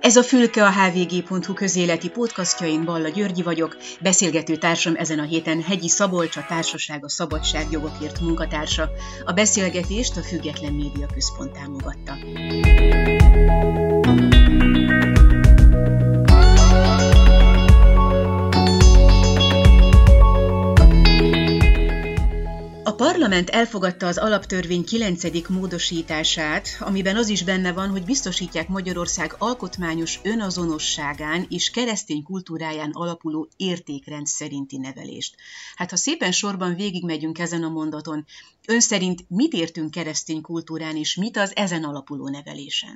Ez a Fülke, a hvg.hu közéleti podcastja, én Balla Györgyi vagyok, beszélgető társam ezen a héten Hegyi Szabolcs, a Társaság a Szabadságjogokért munkatársa. A beszélgetést a Független Média Központ támogatta. A parlament elfogadta az alaptörvény 9. módosítását, amiben az is benne van, hogy biztosítják Magyarország alkotmányos önazonosságán és keresztény kultúráján alapuló értékrend szerinti nevelést. Hát ha szépen sorban végigmegyünk ezen a mondaton, ön szerint mit értünk keresztény kultúrán és mit az ezen alapuló nevelésen?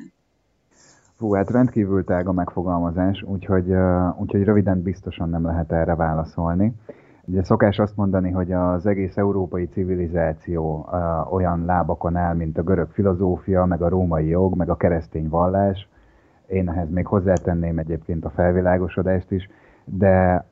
Hát rendkívül tág a megfogalmazás, úgyhogy röviden biztosan nem lehet erre válaszolni. Ugye szokás azt mondani, hogy az egész európai civilizáció olyan lábakon áll, mint a görög filozófia, meg a római jog, meg a keresztény vallás. Én ehhez még hozzátenném egyébként a felvilágosodást is, de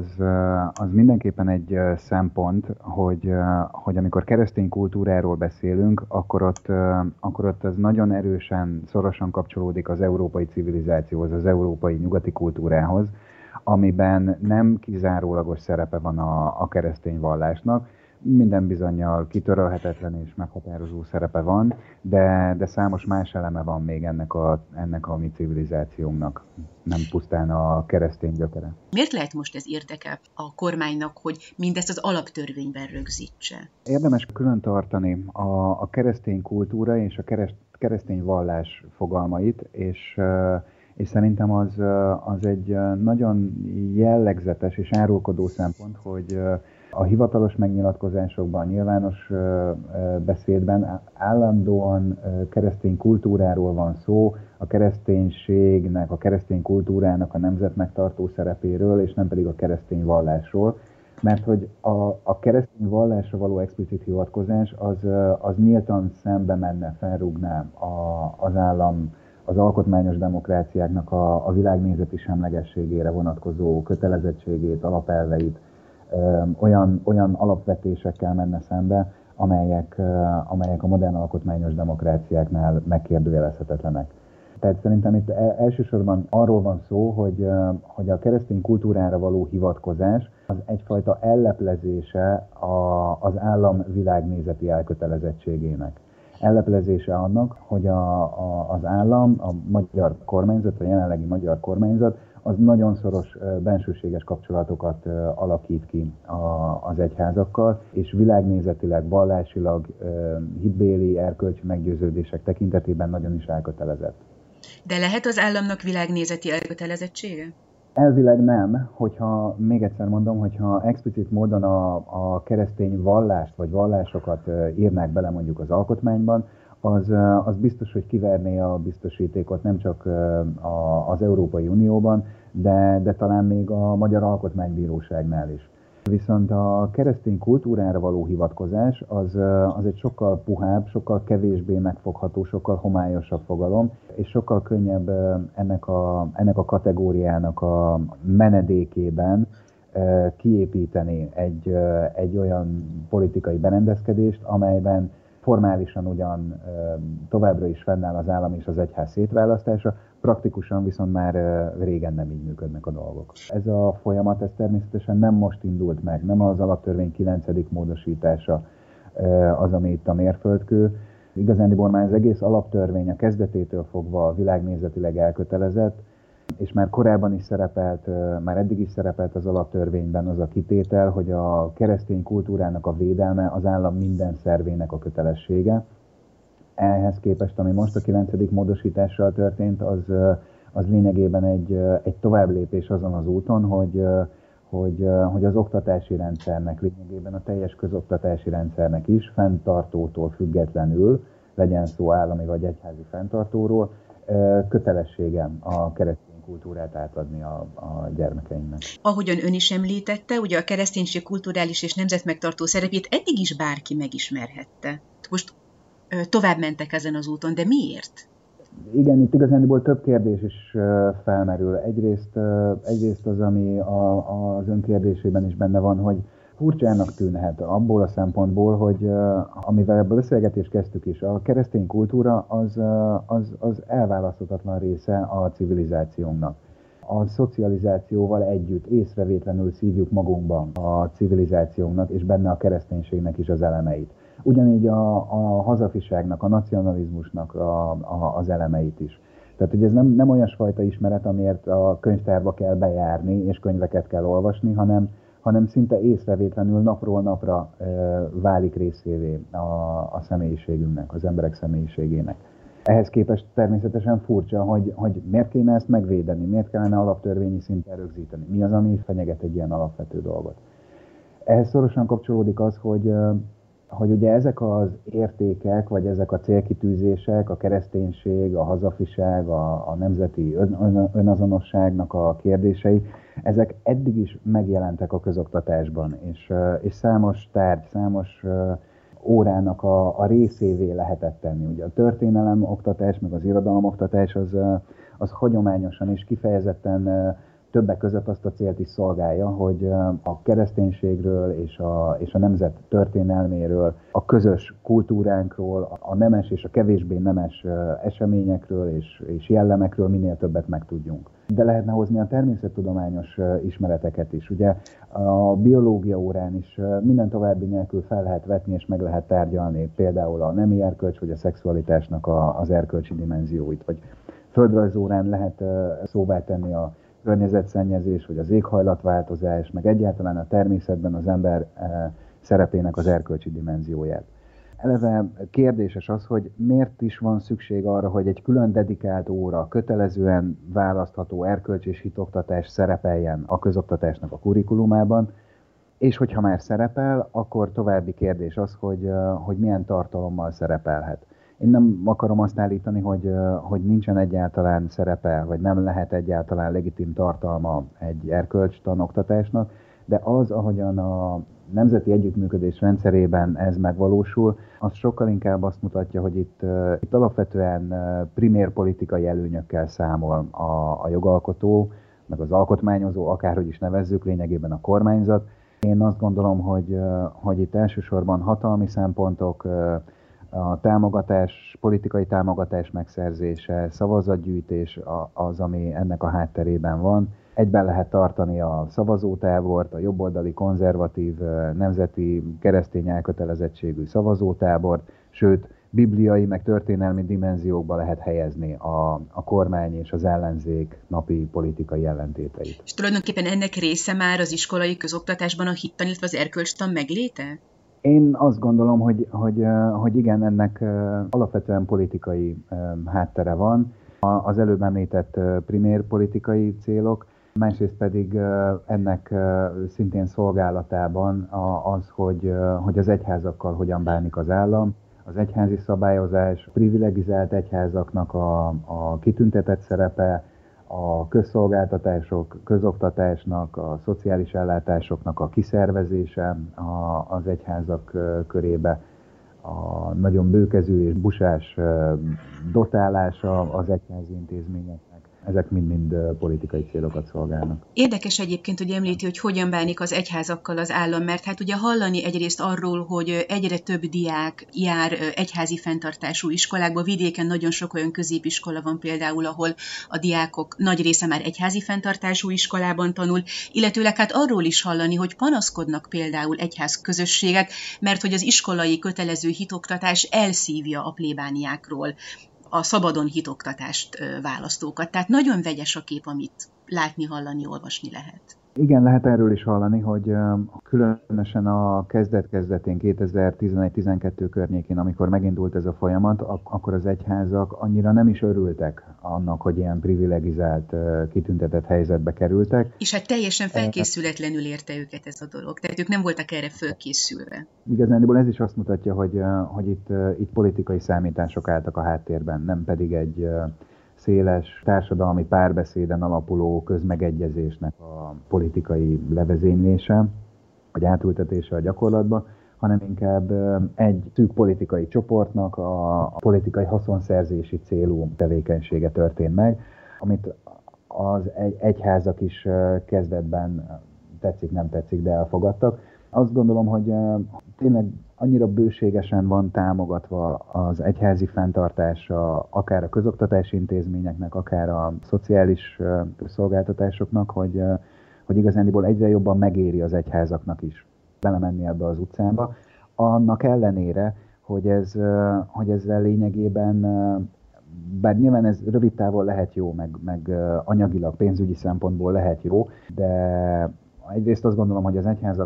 az mindenképpen egy szempont, hogy amikor keresztény kultúráról beszélünk, akkor ott az nagyon erősen, szorosan kapcsolódik az európai civilizációhoz, az európai nyugati kultúrához, amiben nem kizárólagos szerepe van a keresztény vallásnak. Minden bizonnyal kitörölhetetlen és meghatározó szerepe van, de számos más eleme van még ennek a mi civilizációnknak, nem pusztán a keresztény gyökere. Miért lehet most ez érdeke a kormánynak, hogy mindezt az alaptörvényben rögzítse? Érdemes külön tartani a keresztény kultúra és a keresztény vallás fogalmait, és szerintem az egy nagyon jellegzetes és árulkodó szempont, hogy a hivatalos megnyilatkozásokban, a nyilvános beszédben állandóan keresztény kultúráról van szó, a kereszténységnek, a keresztény kultúrának a nemzetmegtartó szerepéről, és nem pedig a keresztény vallásról. Mert hogy a keresztény vallásra való explicit hivatkozás az nyíltan szembe menne, felrúgná az állam, az alkotmányos demokráciáknak a világnézeti semlegességére vonatkozó kötelezettségét, alapelveit, olyan alapvetésekkel menne szembe, amelyek a modern alkotmányos demokráciáknál megkérdőjelezhetetlenek. Tehát szerintem itt elsősorban arról van szó, hogy a keresztény kultúrára való hivatkozás az egyfajta elleplezése az állam világnézeti elkötelezettségének. Elleplezése annak, hogy az állam, a magyar kormányzat, a jelenlegi magyar kormányzat, az nagyon szoros bensőséges kapcsolatokat alakít ki az egyházakkal, és világnézetileg, vallásilag, hitbéli, erkölcsi meggyőződések tekintetében nagyon is elkötelezett. De lehet az államnak világnézeti elkötelezettsége? Elvileg nem, még egyszer mondom, hogyha explicit módon a keresztény vallást vagy vallásokat írnák bele mondjuk az alkotmányban, az biztos, hogy kiverné a biztosítékot nem csak az Európai Unióban, de talán még a Magyar Alkotmánybíróságnál is. Viszont a keresztény kultúrára való hivatkozás az egy sokkal puhább, sokkal kevésbé megfogható, sokkal homályosabb fogalom, és sokkal könnyebb ennek a kategóriának a menedékében kiépíteni egy olyan politikai berendezkedést, amelyben formálisan ugyan továbbra is fennáll az állam és az egyház szétválasztása, praktikusan viszont már régen nem így működnek a dolgok. Ez a folyamat természetesen nem most indult meg, nem az alaptörvény 9. módosítása az, ami itt a mérföldkő. Igazándiból már az egész alaptörvény a kezdetétől fogva világnézetileg elkötelezett, és már korábban is már eddig is szerepelt az alaptörvényben az a kitétel, hogy a keresztény kultúrának a védelme az állam minden szervének a kötelessége. Ehhez képest, ami most a 9. módosítással történt, az lényegében egy továbblépés azon az úton, hogy az oktatási rendszernek, lényegében a teljes közoktatási rendszernek is fenntartótól függetlenül, legyen szó állami vagy egyházi fenntartóról, kötelessége a keresztény kultúrát átadni a gyermekeinknek. Ahogyan ön is említette, ugye a kereszténység kulturális és nemzetmegtartó szerepét eddig is bárki megismerhette. Most tovább mentek ezen az úton, de miért? Igen, itt igazándiból több kérdés is felmerül. Egyrészt az, ami az ön kérdésében is benne van, furcsának tűnhet abból a szempontból, hogy amivel ebből a beszélgetést kezdtük is, a keresztény kultúra az elválaszthatatlan része a civilizációnknak. A szocializációval együtt észrevétlenül szívjuk magunkba a civilizációnknak és benne a kereszténységnek is az elemeit. Ugyanígy a hazafiságnak, a nacionalizmusnak az elemeit is. Tehát, hogy ez nem olyasfajta ismeret, amiért a könyvtárba kell bejárni és könyveket kell olvasni, hanem szinte észrevétlenül napról napra válik részévé a személyiségünknek, az emberek személyiségének. Ehhez képest természetesen furcsa, hogy miért kéne ezt megvédeni, miért kellene alaptörvényi szinten rögzíteni, mi az, ami fenyeget egy ilyen alapvető dolgot. Ehhez szorosan kapcsolódik az, hogy ugye ezek az értékek, vagy ezek a célkitűzések, a kereszténység, a hazafiság, a nemzeti önazonosságnak a kérdései, ezek eddig is megjelentek a közoktatásban, és számos tárgy, számos órának a részévé lehetett tenni. Ugye a történelem oktatás, meg az irodalom oktatás az hagyományosan és kifejezetten többek között azt a célt is szolgálja, hogy a kereszténységről és a nemzet történelméről, a közös kultúránkról, a nemes és a kevésbé nemes eseményekről és jellemekről minél többet megtudjunk. De lehetne hozni a természettudományos ismereteket is. Ugye a biológia órán is minden további nélkül fel lehet vetni és meg lehet tárgyalni például a nemi erkölcs vagy a szexualitásnak az erkölcsi dimenzióit. Vagy földrajzórán lehet szóvá tenni a környezetszennyezés, vagy az éghajlatváltozás, meg egyáltalán a természetben az ember szerepének az erkölcsi dimenzióját. Eleve kérdéses az, hogy miért is van szükség arra, hogy egy külön dedikált óra, kötelezően választható erkölcs és hitoktatás szerepeljen a közoktatásnak a kurikulumában, és hogyha már szerepel, akkor további kérdés az, hogy milyen tartalommal szerepelhet. Én nem akarom azt állítani, hogy nincsen egyáltalán szerepe, vagy nem lehet egyáltalán legitim tartalma egy erkölcstanoktatásnak, de az, ahogyan a nemzeti együttműködés rendszerében ez megvalósul, az sokkal inkább azt mutatja, hogy itt alapvetően primér politikai előnyökkel számol a jogalkotó, meg az alkotmányozó, akárhogy is nevezzük, lényegében a kormányzat. Én azt gondolom, hogy itt elsősorban hatalmi szempontok, a támogatás, politikai támogatás megszerzése, szavazatgyűjtés az, ami ennek a hátterében van. Egyben lehet tartani a szavazótábort, a jobboldali, konzervatív, nemzeti, keresztény elkötelezettségű szavazótábort, sőt, bibliai, meg történelmi dimenziókba lehet helyezni a kormány és az ellenzék napi politikai ellentéteit. És tulajdonképpen ennek része már az iskolai közoktatásban a hittan, illetve az erkölcstan megléte? Én azt gondolom, hogy igen, ennek alapvetően politikai háttere van. Az előbb említett primér politikai célok, másrészt pedig ennek szintén szolgálatában az, hogy az egyházakkal hogyan bánik az állam, az egyházi szabályozás, privilegizált egyházaknak a kitüntetett szerepe, a közszolgáltatások, közoktatásnak, a szociális ellátásoknak a kiszervezése az egyházak körébe, a nagyon bőkezű és busás dotálása az egyházi intézményeknek. Ezek mind-mind politikai célokat szolgálnak. Érdekes egyébként, hogy említi, hogy hogyan bánik az egyházakkal az állam, mert hát ugye hallani egyrészt arról, hogy egyre több diák jár egyházi fenntartású iskolákba, vidéken nagyon sok olyan középiskola van például, ahol a diákok nagy része már egyházi fenntartású iskolában tanul, illetőleg hát arról is hallani, hogy panaszkodnak például egyház közösségek, mert hogy az iskolai kötelező hitoktatás elszívja a plébániákról a szabadon hitoktatást választókat. Tehát nagyon vegyes a kép, amit látni, hallani, olvasni lehet. Igen, lehet erről is hallani, hogy különösen a kezdet-kezdetén 2011-12 környékén, amikor megindult ez a folyamat, akkor az egyházak annyira nem is örültek annak, hogy ilyen privilegizált, kitüntetett helyzetbe kerültek. És hát teljesen felkészületlenül érte őket ez a dolog, tehát ők nem voltak erre fölkészülve. Igazándiból ez is azt mutatja, hogy itt politikai számítások álltak a háttérben, nem pedig egy széles társadalmi párbeszéden alapuló közmegegyezésnek a politikai levezénylése, vagy átültetése a gyakorlatba, hanem inkább egy szűk politikai csoportnak a politikai haszonszerzési célú tevékenysége történt meg, amit az egyházak is kezdetben tetszik, nem tetszik, de elfogadtak. Azt gondolom, hogy tényleg annyira bőségesen van támogatva az egyházi fenntartása, akár a közoktatási intézményeknek, akár a szociális szolgáltatásoknak, hogy igazániból egyre jobban megéri az egyházaknak is belemenni ebbe az utcába. Annak ellenére, hogy ezzel lényegében, bár nyilván ez rövid távon lehet jó, meg anyagilag, pénzügyi szempontból lehet jó, de egyrészt azt gondolom, hogy az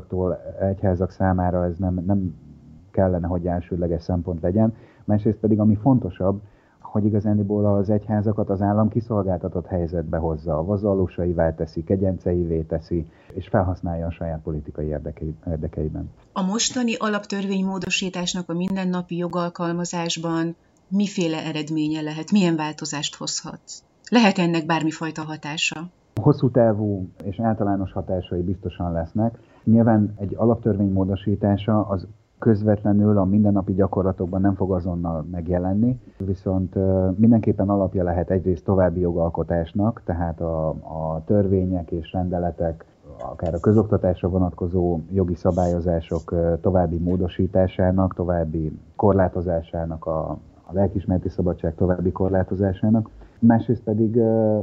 egyházak számára ez nem kellene, hogy elsődleges szempont legyen, másrészt pedig ami fontosabb, hogy igazániból az egyházakat az állam kiszolgáltatott helyzetbe hozza, vazallusaivá teszi, kegyenceivé teszi, és felhasználja a saját politikai érdekeiben. A mostani alaptörvénymódosításnak a mindennapi jogalkalmazásban miféle eredménye lehet? Milyen változást hozhat? Lehet ennek bármifajta hatása? Hosszú távú és általános hatásai biztosan lesznek. Nyilván egy alaptörvény módosítása az közvetlenül a mindennapi gyakorlatokban nem fog azonnal megjelenni, viszont mindenképpen alapja lehet egyrészt további jogalkotásnak, tehát a törvények és rendeletek, akár a közoktatásra vonatkozó jogi szabályozások további módosításának, további korlátozásának, a lelkiismereti szabadság további korlátozásának. Másrészt pedig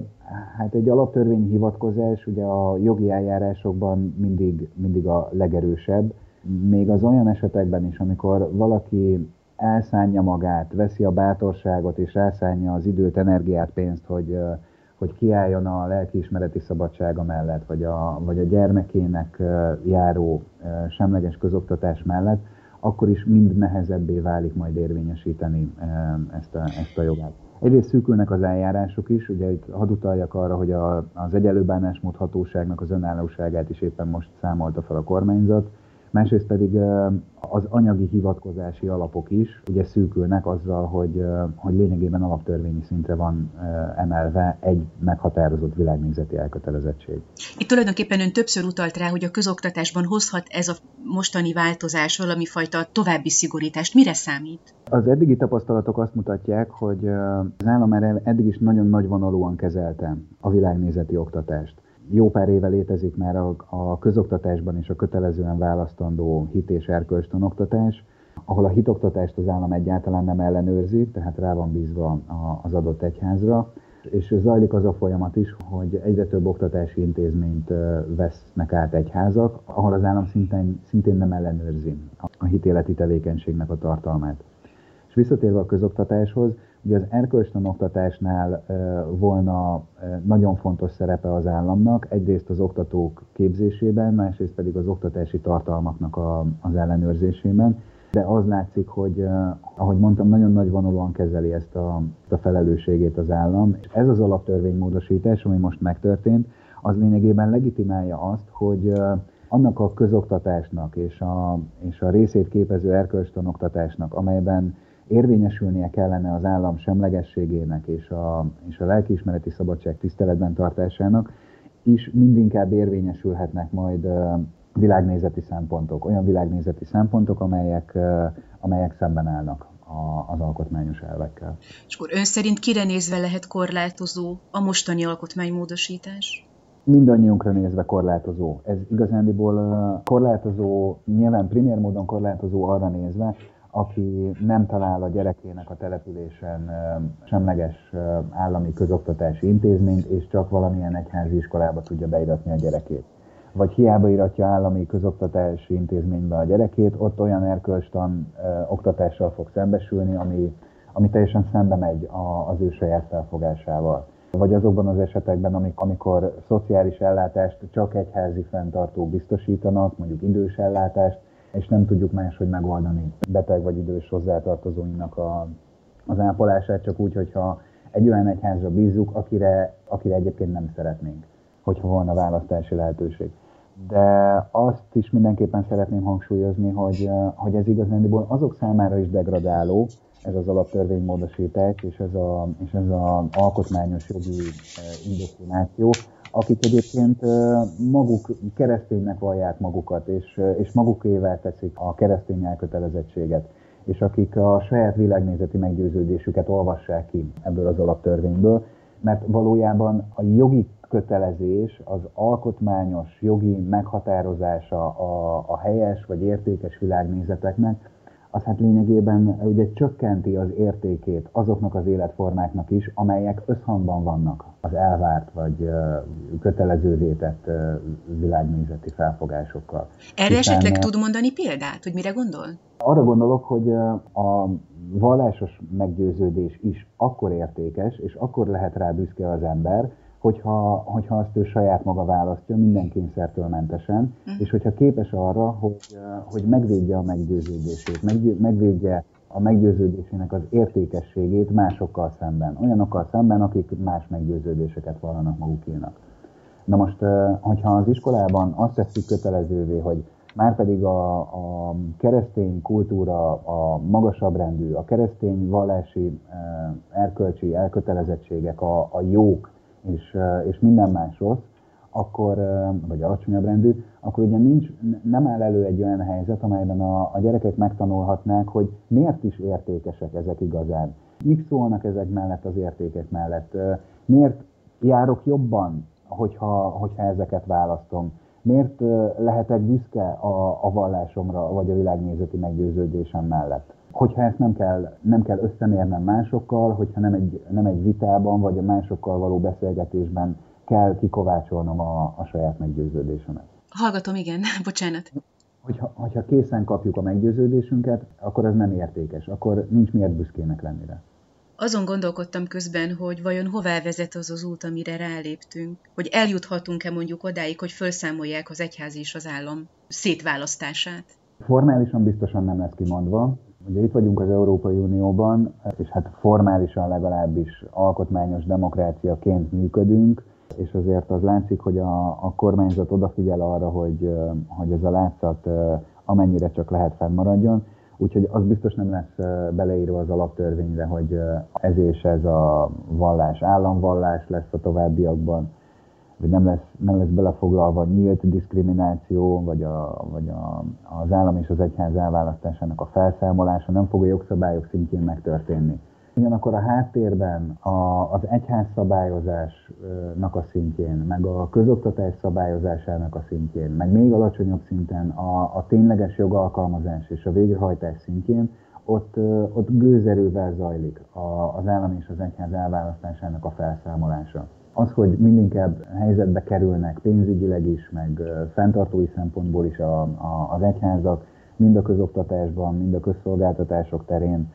hát egy alaptörvényi hivatkozás ugye a jogi eljárásokban mindig a legerősebb. Még az olyan esetekben is, amikor valaki elszánja magát, veszi a bátorságot és elszánja az időt, energiát, pénzt, hogy kiálljon a lelkiismereti szabadsága mellett, vagy a gyermekének járó semleges közoktatás mellett, akkor is mind nehezebbé válik majd érvényesíteni ezt a jogát. Egyrészt szűkülnek az eljárások is, ugye itt hadd utaljak arra, hogy az egyenlő bánásmód hatóságnak az önállóságát is éppen most számolta fel a kormányzat, másrészt pedig az anyagi hivatkozási alapok is ugye szűkülnek azzal, hogy lényegében alaptörvényi szintre van emelve egy meghatározott világnézeti elkötelezettség. Itt tulajdonképpen ön többször utalt rá, hogy a közoktatásban hozhat ez a mostani változás valami fajta további szigorítást. Mire számít? Az eddigi tapasztalatok azt mutatják, hogy az állam már eddig is nagyon nagyvonalúan kezelte a világnézeti oktatást. Jó pár éve létezik már a közoktatásban is a kötelezően választandó hit- és erkölcstanoktatás, ahol a hitoktatást az állam egyáltalán nem ellenőrzi, tehát rá van bízva az adott egyházra, és zajlik az a folyamat is, hogy egyre több oktatási intézményt vesznek át egyházak, ahol az állam szintén nem ellenőrzi a hitéleti tevékenységnek a tartalmát. És visszatérve a közoktatáshoz, ugye az erkölcstanoktatásnál volna nagyon fontos szerepe az államnak, egyrészt az oktatók képzésében, másrészt pedig az oktatási tartalmaknak az ellenőrzésében, de az látszik, hogy ahogy mondtam, nagyon nagyvonalúan kezeli ezt a felelősségét az állam. És ez az alaptörvénymódosítás, ami most megtörtént, az lényegében legitimálja azt, hogy annak a közoktatásnak és a részét képező erkölcstanoktatásnak, amelyben érvényesülnie kellene az állam semlegességének és a lelkiismereti szabadság tiszteletben tartásának, is mindinkább érvényesülhetnek majd világnézeti szempontok, olyan világnézeti szempontok, amelyek szemben állnak az alkotmányos elvekkel. És akkor ön szerint kire nézve lehet korlátozó a mostani alkotmánymódosítás? Mindannyiunkra nézve korlátozó. Ez igazándiból korlátozó, nyilván primér módon korlátozó arra nézve, aki nem talál a gyerekének a településen semleges állami közoktatási intézményt, és csak valamilyen egyházi iskolába tudja beiratni a gyerekét. Vagy hiába iratja állami közoktatási intézménybe a gyerekét, ott olyan erkölcstan oktatással fog szembesülni, ami teljesen szembe megy az ő saját felfogásával. Vagy azokban az esetekben, amikor szociális ellátást csak egyházi fenntartók biztosítanak, mondjuk idős ellátást, és nem tudjuk máshogy megoldani beteg vagy idős hozzátartozóinak az ápolását, csak úgy, hogyha egy olyan egyházra bízzuk, akire egyébként nem szeretnénk, hogyha volna választási lehetőség. De azt is mindenképpen szeretném hangsúlyozni, hogy ez igazándiból azok számára is degradáló, ez az alaptörvénymódosítás és ez az alkotmányos jogi indoktrináció, akik egyébként maguk kereszténynek vallják magukat, és magukével teszik a keresztény elkötelezettséget, és akik a saját világnézeti meggyőződésüket olvassák ki ebből az alaptörvényből, mert valójában kötelezés, az alkotmányos jogi meghatározása a helyes vagy értékes világnézeteknek, az hát lényegében ugye csökkenti az értékét azoknak az életformáknak is, amelyek összhangban vannak az elvárt vagy kötelezővé tett világnézeti felfogásokkal. Erre esetleg tud mondani példát, hogy mire gondol? Arra gondolok, hogy a vallásos meggyőződés is akkor értékes, és akkor lehet rá büszke az ember, hogyha azt ő saját maga választja, minden kényszertől mentesen, és hogyha képes arra, hogy megvédje a meggyőződését, megvédje a meggyőződésének az értékességét másokkal szemben, olyanokkal szemben, akik más meggyőződéseket vallanak magukénak. Na most, hogyha az iskolában azt tesszük kötelezővé, hogy márpedig a keresztény kultúra a magasabb rendű, a keresztény vallási, erkölcsi elkötelezettségek a jók, és minden más rossz, akkor, vagy alacsonyabb rendű, akkor ugye nem áll elő egy olyan helyzet, amelyben a gyerekek megtanulhatnák, hogy miért is értékesek ezek igazán. Mik szólnak ezek mellett az értékek mellett? Miért járok jobban, hogyha ezeket választom? Miért lehetek büszke a vallásomra, vagy a világnézeti meggyőződésem mellett? Hogyha ezt nem kell összemérnem másokkal, hogyha nem egy vitában, vagy a másokkal való beszélgetésben kell kikovácsolnom a saját meggyőződésemet. Hallgatom, igen, bocsánat. Hogyha készen kapjuk a meggyőződésünket, akkor ez nem értékes, akkor nincs miért büszkének lenni rá. Azon gondolkodtam közben, hogy vajon hová vezet az az út, amire ráléptünk, hogy eljuthatunk-e mondjuk odáig, hogy felszámolják az egyház és az állam szétválasztását. Formálisan biztosan nem lesz kimondva. Ugye itt vagyunk az Európai Unióban, és hát formálisan legalábbis alkotmányos demokráciaként működünk, és azért az látszik, hogy a kormányzat odafigyel arra, hogy ez a látszat amennyire csak lehet fennmaradjon. Úgyhogy az biztos nem lesz beleírva az alaptörvényre, hogy ez és ez a vallás államvallás lesz a továbbiakban, vagy nem lesz belefoglalva nyílt diszkrimináció, vagy az állam és az egyház elválasztásának a felszámolása nem fog a jogszabályok szintjén megtörténni. Ugyanakkor a háttérben az egyház szabályozásnak a szintjén, meg a közoktatás szabályozásának a szintjén, meg még alacsonyabb szinten a tényleges jogalkalmazás és a végrehajtás szintjén, ott gőzerővel zajlik az állam és az egyház elválasztásának a felszámolása. Az, hogy mindinkább helyzetbe kerülnek pénzügyileg is, meg fenntartói szempontból is az egyházak, mind a közoktatásban, mind a közszolgáltatások terén,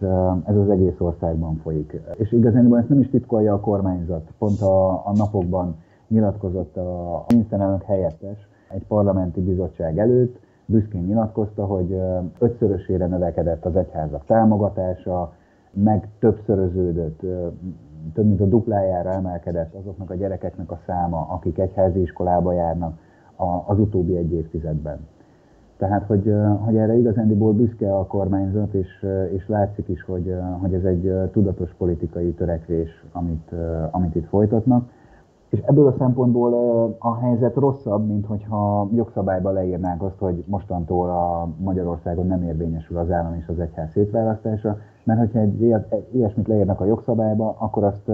ez az egész országban folyik. És igazából ezt nem is titkolja a kormányzat. Pont a napokban nyilatkozott a miniszterelnök helyettes egy parlamenti bizottság előtt, büszkén nyilatkozta, hogy 5-szörösére növekedett az egyházak támogatása, meg többszöröződött, több mint a duplájára emelkedett azoknak a gyerekeknek a száma, akik egyházi iskolába járnak az utóbbi egy évtizedben. Tehát, hogy erre igazándiból büszke a kormányzat, és látszik is, hogy ez egy tudatos politikai törekvés, amit itt folytatnak. És ebből a szempontból a helyzet rosszabb, mint hogyha jogszabályba leírnánk azt, hogy mostantól a Magyarországon nem érvényesül az állam és az egyház szétválasztása, mert hogyha egy ilyesmit leírnak a jogszabályba, akkor azt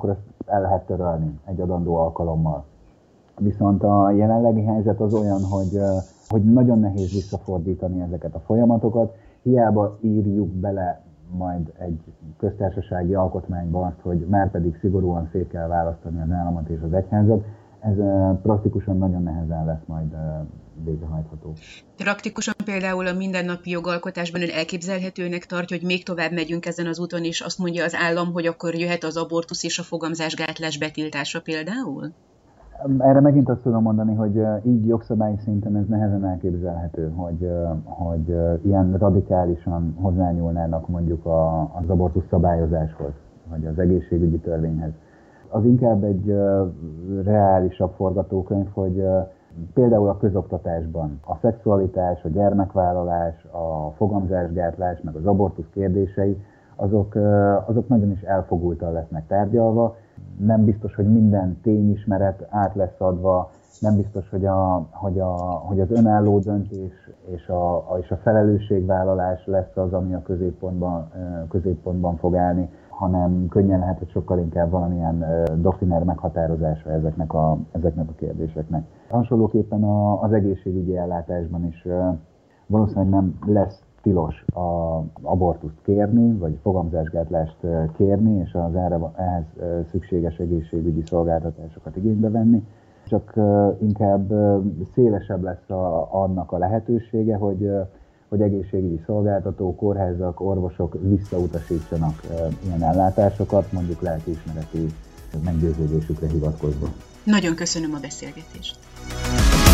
el lehet törölni egy adandó alkalommal. Viszont a jelenlegi helyzet az olyan, hogy nagyon nehéz visszafordítani ezeket a folyamatokat, hiába írjuk bele majd egy köztársasági alkotmányba azt, hogy márpedig szigorúan szét kell választani az államot és az egyházat, ez praktikusan nagyon nehezen lesz majd végrehajtható. Praktikusan például a mindennapi jogalkotásban ön elképzelhetőnek tartja, hogy még tovább megyünk ezen az úton, és azt mondja az állam, hogy akkor jöhet az abortusz és a fogamzásgátlás betiltása például? Erre megint azt tudom mondani, hogy így jogszabályi szinten ez nehezen elképzelhető, hogy ilyen radikálisan hozzányúlnának mondjuk az abortusz szabályozáshoz, vagy az egészségügyi törvényhez. Az inkább egy reálisabb forgatókönyv, hogy például a közoktatásban a szexualitás, a gyermekvállalás, a fogamzásgátlás, meg az abortusz kérdései, azok nagyon is elfogultan lesznek tárgyalva. Nem biztos, hogy minden tényismeret át lesz adva, nem biztos, hogy az önálló döntés és a felelősségvállalás lesz az, ami a középpontban fog állni, hanem könnyen lehet, hogy sokkal inkább valamilyen doktrinár meghatározása ezeknek a kérdéseknek. Hasonlóképpen az egészségügyi ellátásban is valószínűleg nem lesz tilos abortuszt kérni, vagy fogamzásgátlást kérni, és ehhez szükséges egészségügyi szolgáltatásokat igénybe venni. Csak inkább szélesebb lesz annak a lehetősége, hogy egészségügyi szolgáltatók, kórházak, orvosok visszautasítsanak ilyen ellátásokat, mondjuk lelkiismereti meggyőződésükre hivatkozva. Nagyon köszönöm a beszélgetést!